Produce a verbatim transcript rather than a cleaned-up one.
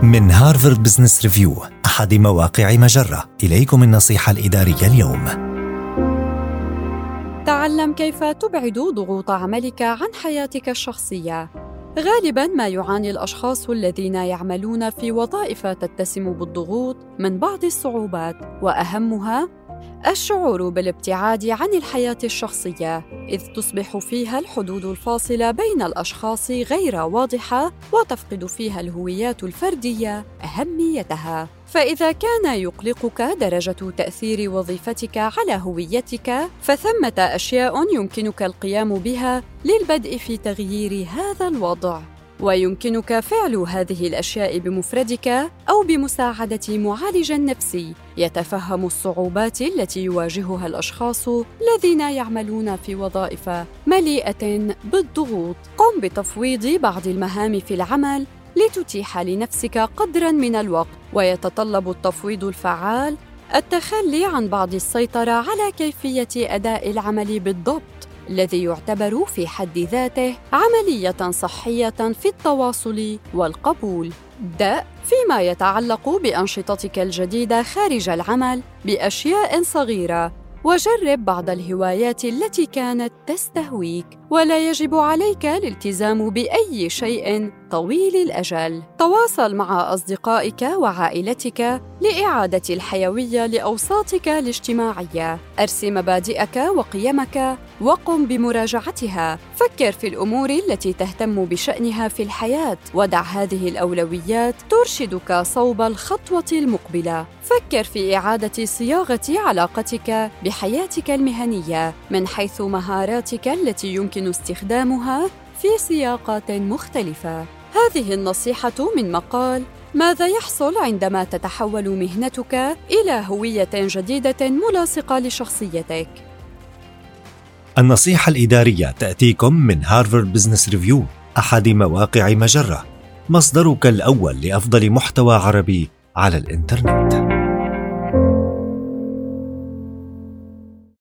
من هارفارد بزنس ريفيو، أحد مواقع مجرة، إليكم النصيحة الإدارية اليوم. تعلم كيف تبعد ضغوط عملك عن حياتك الشخصية. غالباً ما يعاني الأشخاص الذين يعملون في وظائف تتسم بالضغوط من بعض الصعوبات، وأهمها الشعور بالابتعاد عن الحياة الشخصية، إذ تصبح فيها الحدود الفاصلة بين الأشخاص غير واضحة، وتفقد فيها الهويات الفردية أهميتها. فإذا كان يقلقك درجة تأثير وظيفتك على هويتك، فثمة أشياء يمكنك القيام بها للبدء في تغيير هذا الوضع. ويمكنك فعل هذه الأشياء بمفردك أو بمساعدة معالج نفسي يتفهم الصعوبات التي يواجهها الأشخاص الذين يعملون في وظائف مليئة بالضغوط. قم بتفويض بعض المهام في العمل لتتيح لنفسك قدراً من الوقت، ويتطلب التفويض الفعال التخلي عن بعض السيطرة على كيفية أداء العمل بالضبط، الذي يعتبر في حد ذاته عملية صحية في التواصل والقبول. ابدأ فيما يتعلق بأنشطتك الجديدة خارج العمل بأشياء صغيرة، وجرب بعض الهوايات التي كانت تستهويك، ولا يجب عليك الالتزام بأي شيء طويل الأجل. تواصل مع أصدقائك وعائلتك لإعادة الحيوية لأوساطك الاجتماعية. أرسم مبادئك وقيمك وقم بمراجعتها. فكر في الأمور التي تهتم بشأنها في الحياة، ودع هذه الأولويات ترشدك صوب الخطوة المقبلة. فكر في إعادة صياغة علاقتك بحياتك المهنية من حيث مهاراتك التي يمكن استخدامها في سياقات مختلفة. هذه النصيحة من مقال ماذا يحصل عندما تتحول مهنتك إلى هوية جديدة ملاصقة لشخصيتك. النصيحة الإدارية تأتيكم من هارفارد بزنس ريفيو، أحد مواقع مجرة، مصدرك الأول لأفضل محتوى عربي على الإنترنت.